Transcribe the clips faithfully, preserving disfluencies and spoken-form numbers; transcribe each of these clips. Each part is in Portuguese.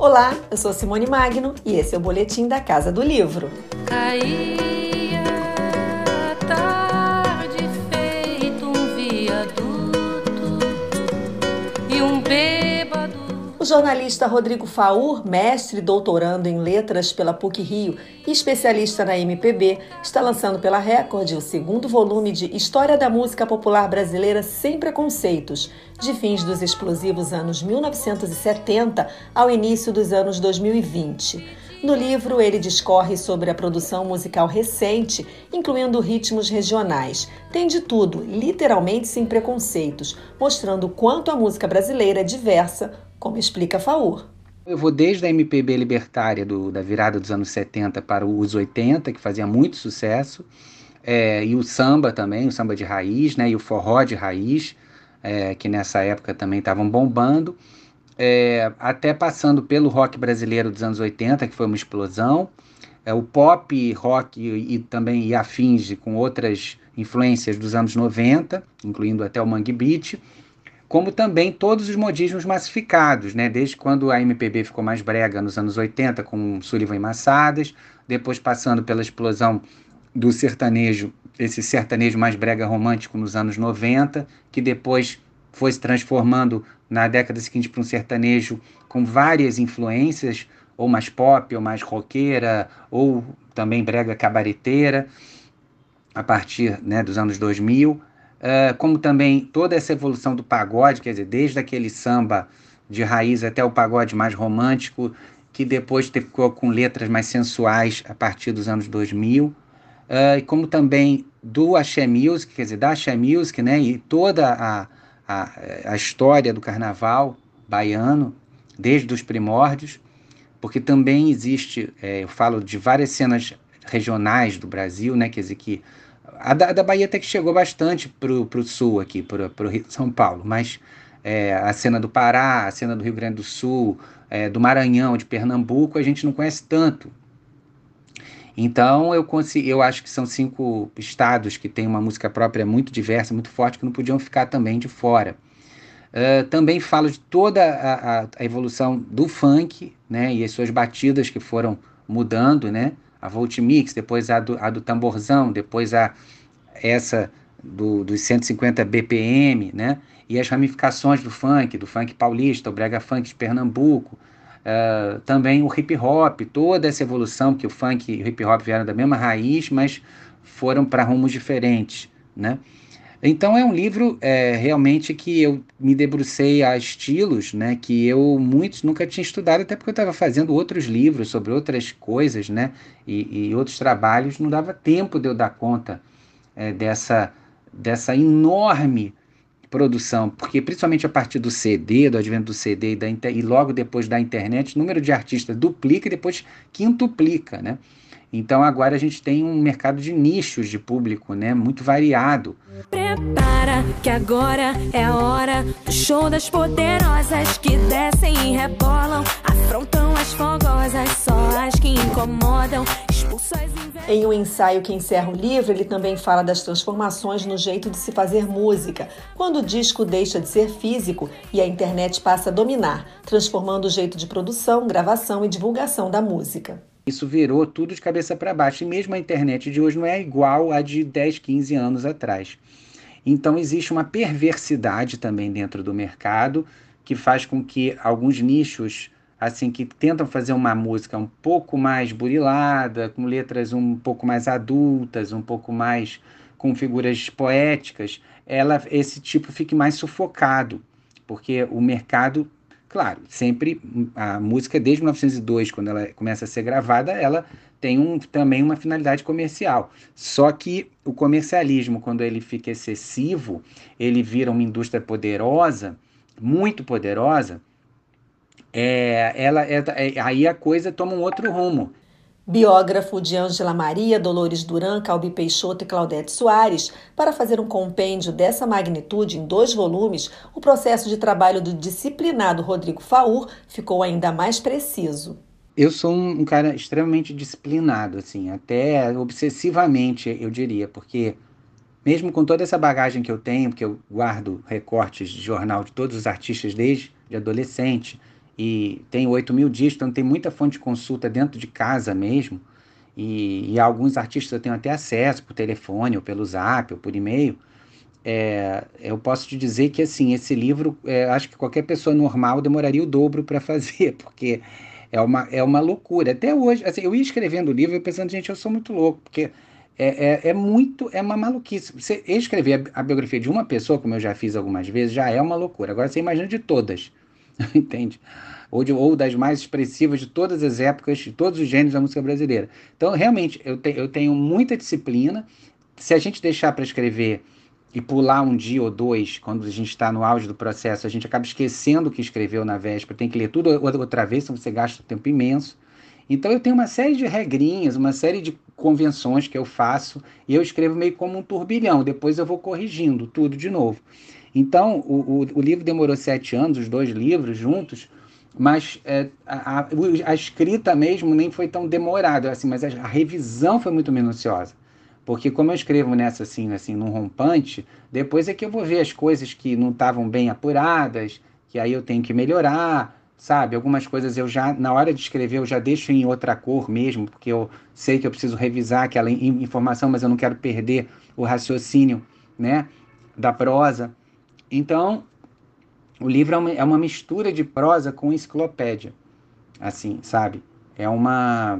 Olá, eu sou Simone Magno e esse é o Boletim da Casa do Livro. Caía a tarde feito um viaduto e um bêbado. O jornalista Rodrigo Faur, mestre e doutorando em letras pela PUC-Rio e especialista na M P B, está lançando pela Record o segundo volume de História da Música Popular Brasileira Sem Preconceitos, de fins dos explosivos anos mil novecentos e setenta ao início dos anos dois mil e vinte. No livro, ele discorre sobre a produção musical recente, incluindo ritmos regionais. Tem de tudo, literalmente sem preconceitos, mostrando o quanto a música brasileira é diversa, como explica Faur. Eu vou desde a M P B libertária do, da virada dos anos setenta para os oitenta, que fazia muito sucesso, é, e o samba também, o samba de raiz, né, e o forró de raiz, é, que nessa época também estavam bombando, é, até passando pelo rock brasileiro dos anos oitenta, que foi uma explosão, é, o pop, rock e, e também e afins com outras influências dos anos noventa, incluindo até o Mangue Beat, como também todos os modismos massificados, né? Desde quando a M P B ficou mais brega nos anos oitenta, com Sullivan e Massadas, depois passando pela explosão do sertanejo, esse sertanejo mais brega romântico nos anos noventa, que depois foi se transformando na década seguinte para um sertanejo com várias influências, ou mais pop, ou mais roqueira, ou também brega cabareteira, a partir, né, dos anos dois mil. Uh, como também toda essa evolução do pagode, quer dizer, desde aquele samba de raiz até o pagode mais romântico, que depois ficou com letras mais sensuais a partir dos anos dois mil, uh, e como também do Axé Music, quer dizer, da Axé Music, né, e toda a, a, a história do carnaval baiano, desde os primórdios, porque também existe, é, eu falo de várias cenas regionais do Brasil, né, quer dizer, que A da, a da Bahia até que chegou bastante para o sul aqui, para o São Paulo, mas é, a cena do Pará, a cena do Rio Grande do Sul, é, do Maranhão, de Pernambuco, a gente não conhece tanto. Então eu, consigo, eu acho que são cinco estados que têm uma música própria muito diversa, muito forte, que não podiam ficar também de fora. Uh, também falo de toda a, a, a evolução do funk, né, e as suas batidas que foram mudando, né? A Voltimix, depois a do, a do tamborzão, depois a, essa do, dos cento e cinquenta B P M, né? E as ramificações do funk, do funk paulista, o brega funk de Pernambuco, uh, também o hip hop, toda essa evolução que o funk e o hip hop vieram da mesma raiz, mas foram para rumos diferentes, né? Então é um livro é, realmente que eu me debrucei a estilos, né, que eu muitos nunca tinha estudado, até porque eu estava fazendo outros livros sobre outras coisas, né, e, e outros trabalhos, não dava tempo de eu dar conta é, dessa, dessa enorme produção, porque principalmente a partir do C D, do advento do C D e, da, e logo depois da internet, o número de artistas duplica e depois quintuplica, né? Então agora a gente tem um mercado de nichos de público, né, muito variado. Prepara que agora é a hora do show das poderosas que descem e rebolam, afrontam as fogosas, só as que incomodam, expulsam as invejas. Em um ensaio que encerra o livro, ele também fala das transformações no jeito de se fazer música, quando o disco deixa de ser físico e a internet passa a dominar, transformando o jeito de produção, gravação e divulgação da música. Isso virou tudo de cabeça para baixo, e mesmo a internet de hoje não é igual à de dez, quinze anos atrás. Então existe uma perversidade também dentro do mercado, que faz com que alguns nichos, assim, que tentam fazer uma música um pouco mais burilada, com letras um pouco mais adultas, um pouco mais com figuras poéticas, ela, esse tipo fique mais sufocado, porque o mercado... Claro, sempre a música desde mil novecentos e dois, quando ela começa a ser gravada, ela tem um, também uma finalidade comercial. Só que o comercialismo, quando ele fica excessivo, ele vira uma indústria poderosa, muito poderosa, é, ela, é, é, aí a coisa toma um outro rumo. Biógrafo de Ângela Maria, Dolores Duran, Calbi Peixoto e Claudete Soares, para fazer um compêndio dessa magnitude em dois volumes, o processo de trabalho do disciplinado Rodrigo Faur ficou ainda mais preciso. Eu sou um, um cara extremamente disciplinado, assim, até obsessivamente, eu diria, porque mesmo com toda essa bagagem que eu tenho, porque eu guardo recortes de jornal de todos os artistas desde de adolescente, e tem oito mil dias, então tem muita fonte de consulta dentro de casa mesmo, e, e alguns artistas eu tenho até acesso por telefone, ou pelo Zap, ou por e-mail. É, eu posso te dizer que assim, esse livro, é, acho que qualquer pessoa normal demoraria o dobro para fazer, porque é uma, é uma loucura. Até hoje, assim, eu ia escrevendo o livro e pensando, gente, eu sou muito louco, porque é, é, é muito, é uma maluquice. Você escrever a, a biografia de uma pessoa, como eu já fiz algumas vezes, já é uma loucura. Agora você imagina de todas, entende? Ou, de, ou das mais expressivas de todas as épocas, de todos os gêneros da música brasileira. Então, realmente, eu, te, eu tenho muita disciplina. Se a gente deixar para escrever e pular um dia ou dois, quando a gente está no auge do processo, a gente acaba esquecendo o que escreveu na véspera, tem que ler tudo outra vez, senão você gasta um tempo imenso. Então eu tenho uma série de regrinhas, uma série de convenções que eu faço, e eu escrevo meio como um turbilhão, depois eu vou corrigindo tudo de novo. Então, o, o, o livro demorou sete anos, os dois livros juntos, mas é, a, a, a escrita mesmo nem foi tão demorada, assim, mas a, a revisão foi muito minuciosa. Porque como eu escrevo nessa, assim, assim, num rompante, depois é que eu vou ver as coisas que não estavam bem apuradas, que aí eu tenho que melhorar, sabe? Algumas coisas eu já, na hora de escrever, eu já deixo em outra cor mesmo, porque eu sei que eu preciso revisar aquela informação, mas eu não quero perder o raciocínio, né, da prosa. Então, o livro é uma, é uma mistura de prosa com enciclopédia, assim, sabe? É uma...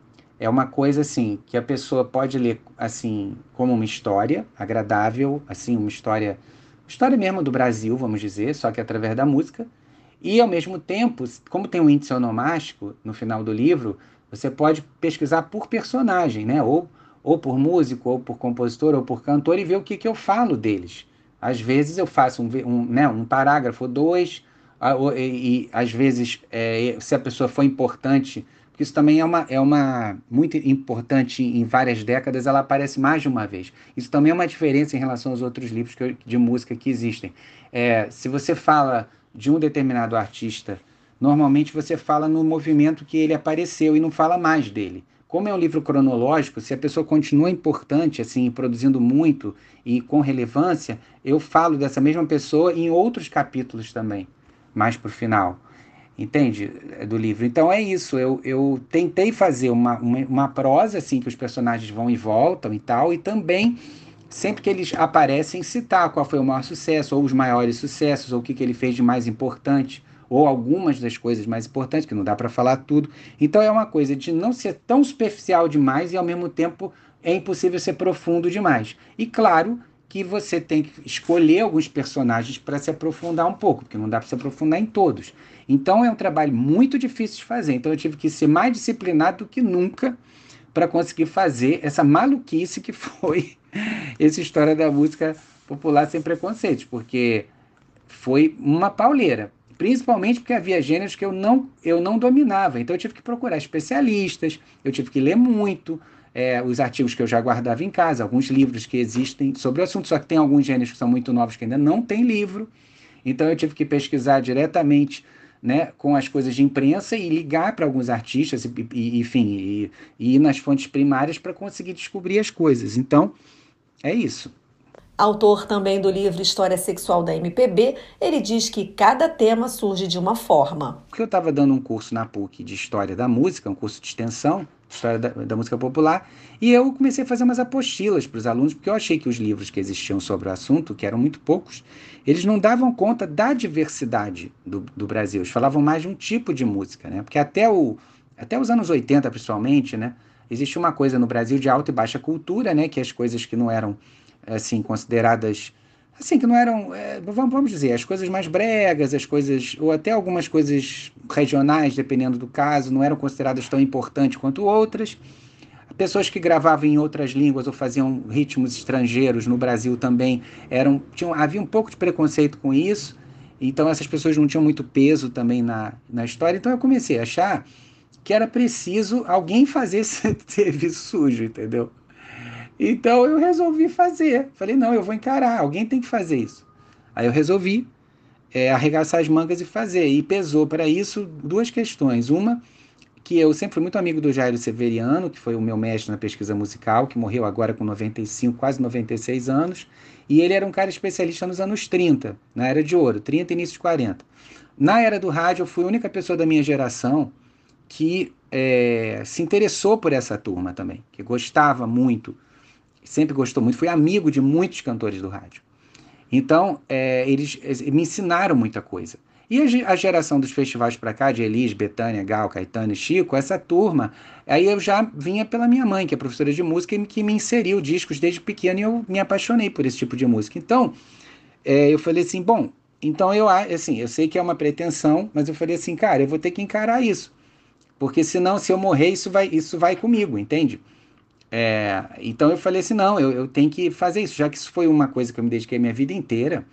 É uma coisa assim que a pessoa pode ler assim como uma história agradável, assim uma história, história mesmo do Brasil, vamos dizer, só que através da música. E ao mesmo tempo, como tem um índice onomástico no final do livro, você pode pesquisar por personagem, né? Ou ou por músico, ou por compositor, ou por cantor e ver o que que eu falo deles. Às vezes eu faço um, um, né, um parágrafo ou dois, e, e às vezes é, se a pessoa foi importante. Isso também é uma, é uma muito importante em várias décadas, ela aparece mais de uma vez. Isso também é uma diferença em relação aos outros livros que eu, de música que existem. É, se você fala de um determinado artista, normalmente você fala no movimento que ele apareceu e não fala mais dele. Como é um livro cronológico, se a pessoa continua importante, assim, produzindo muito e com relevância, eu falo dessa mesma pessoa em outros capítulos também, mais para o final. Entende? Do livro. Então é isso, eu, eu tentei fazer uma, uma, uma prosa, assim, que os personagens vão e voltam e tal, e também, sempre que eles aparecem, citar qual foi o maior sucesso, ou os maiores sucessos, ou o que, que ele fez de mais importante, ou algumas das coisas mais importantes, que não dá para falar tudo. Então é uma coisa de não ser tão superficial demais e, ao mesmo tempo, é impossível ser profundo demais. E, claro, que você tem que escolher alguns personagens para se aprofundar um pouco, porque não dá para se aprofundar em todos. Então é um trabalho muito difícil de fazer. Então eu tive que ser mais disciplinado do que nunca para conseguir fazer essa maluquice que foi essa história da música popular sem preconceitos, porque foi uma pauleira. Principalmente porque havia gêneros que eu não, eu não dominava. Então eu tive que procurar especialistas, eu tive que ler muito, é, os artigos que eu já guardava em casa, alguns livros que existem sobre o assunto, só que tem alguns gêneros que são muito novos que ainda não tem livro. Então eu tive que pesquisar diretamente, né, com as coisas de imprensa e ligar para alguns artistas, e, e, enfim, e, e ir nas fontes primárias para conseguir descobrir as coisas. Então, é isso. Autor também do livro História Sexual da M P B, ele diz que cada tema surge de uma forma. Porque eu estava dando um curso na P U C de História da Música, um curso de extensão, História da, da Música Popular, e eu comecei a fazer umas apostilas para os alunos, porque eu achei que os livros que existiam sobre o assunto, que eram muito poucos, eles não davam conta da diversidade do, do Brasil, eles falavam mais de um tipo de música, né? Porque até, o, até os anos oitenta, principalmente, né, existia uma coisa no Brasil de alta e baixa cultura, né, que as coisas que não eram assim, consideradas, assim, que não eram, é, vamos, vamos dizer, as coisas mais bregas, as coisas, ou até algumas coisas regionais, dependendo do caso, não eram consideradas tão importantes quanto outras. Pessoas que gravavam em outras línguas ou faziam ritmos estrangeiros no Brasil também, eram, tinham, havia um pouco de preconceito com isso, então essas pessoas não tinham muito peso também na, na história, então eu comecei a achar que era preciso alguém fazer esse serviço sujo, entendeu? Então eu resolvi fazer. Falei, não, eu vou encarar, alguém tem que fazer isso. Aí eu resolvi é, arregaçar as mangas e fazer. E pesou para isso duas questões. Uma, que eu sempre fui muito amigo do Jairo Severiano, que foi o meu mestre na pesquisa musical, que morreu agora com noventa e cinco, quase noventa e seis anos. E ele era um cara especialista nos anos trinta, na Era de Ouro, trinta e início de quarenta. Na era do rádio, eu fui a única pessoa da minha geração que é, se interessou por essa turma também, que gostava muito, sempre gostou muito, fui amigo de muitos cantores do rádio. Então, é, eles, eles me ensinaram muita coisa. E a, a geração dos festivais para cá, de Elis, Bethânia, Gal, Caetano e Chico, essa turma, aí eu já vinha pela minha mãe, que é professora de música, e que me inseriu discos desde pequeno, e eu me apaixonei por esse tipo de música. Então, é, eu falei assim, bom, então eu, assim, eu sei que é uma pretensão, mas eu falei assim, cara, eu vou ter que encarar isso, porque senão, se eu morrer, isso vai, isso vai comigo, entende? É, então eu falei assim, não, eu, eu tenho que fazer isso, já que isso foi uma coisa que eu me dediquei a minha vida inteira,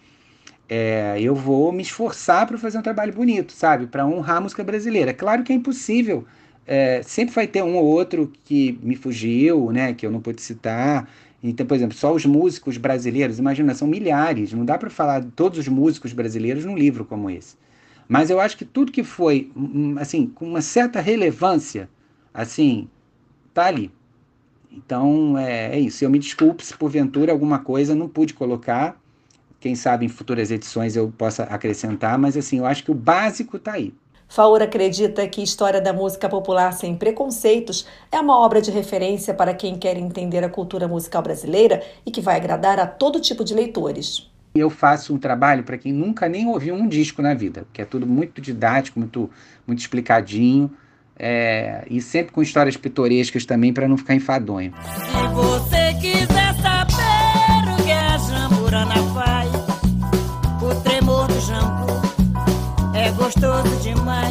é, eu vou me esforçar para fazer um trabalho bonito, sabe? Para honrar a música brasileira. Claro que é impossível, é, sempre vai ter um ou outro que me fugiu, né, que eu não pude citar. Então, por exemplo, só os músicos brasileiros, imagina, são milhares, não dá para falar de todos os músicos brasileiros num livro como esse. Mas eu acho que tudo que foi, assim, com uma certa relevância, assim, tá ali. Então, é, é isso. Eu me desculpe se porventura alguma coisa não pude colocar. Quem sabe em futuras edições eu possa acrescentar, mas assim, eu acho que o básico está aí. Faur acredita que História da Música Popular Sem Preconceitos é uma obra de referência para quem quer entender a cultura musical brasileira e que vai agradar a todo tipo de leitores. Eu faço um trabalho para quem nunca nem ouviu um disco na vida, que é tudo muito didático, muito, muito explicadinho, é, e sempre com histórias pitorescas também, para não ficar enfadonho. Se você quiser saber o que a jamburana faz, o tremor do jambu é gostoso demais.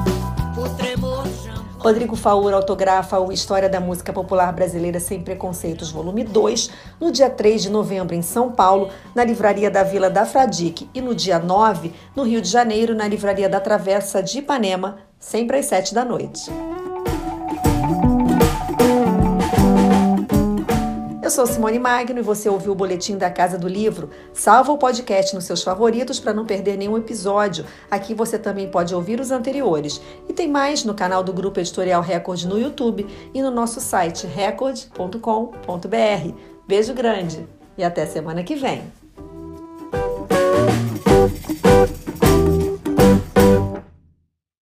O tremor do jambu. Rodrigo Faur autografa o História da Música Popular Brasileira Sem Preconceitos, volume dois, no dia três de novembro em São Paulo, na Livraria da Vila da Fradique, e no dia nove, no Rio de Janeiro, na Livraria da Travessa de Ipanema, sempre às sete da noite. Eu sou Simone Magno e você ouviu o Boletim da Casa do Livro. Salva o podcast nos seus favoritos para não perder nenhum episódio. Aqui você também pode ouvir os anteriores. E tem mais no canal do Grupo Editorial Record no YouTube e no nosso site record ponto com ponto b r. Beijo grande e até semana que vem.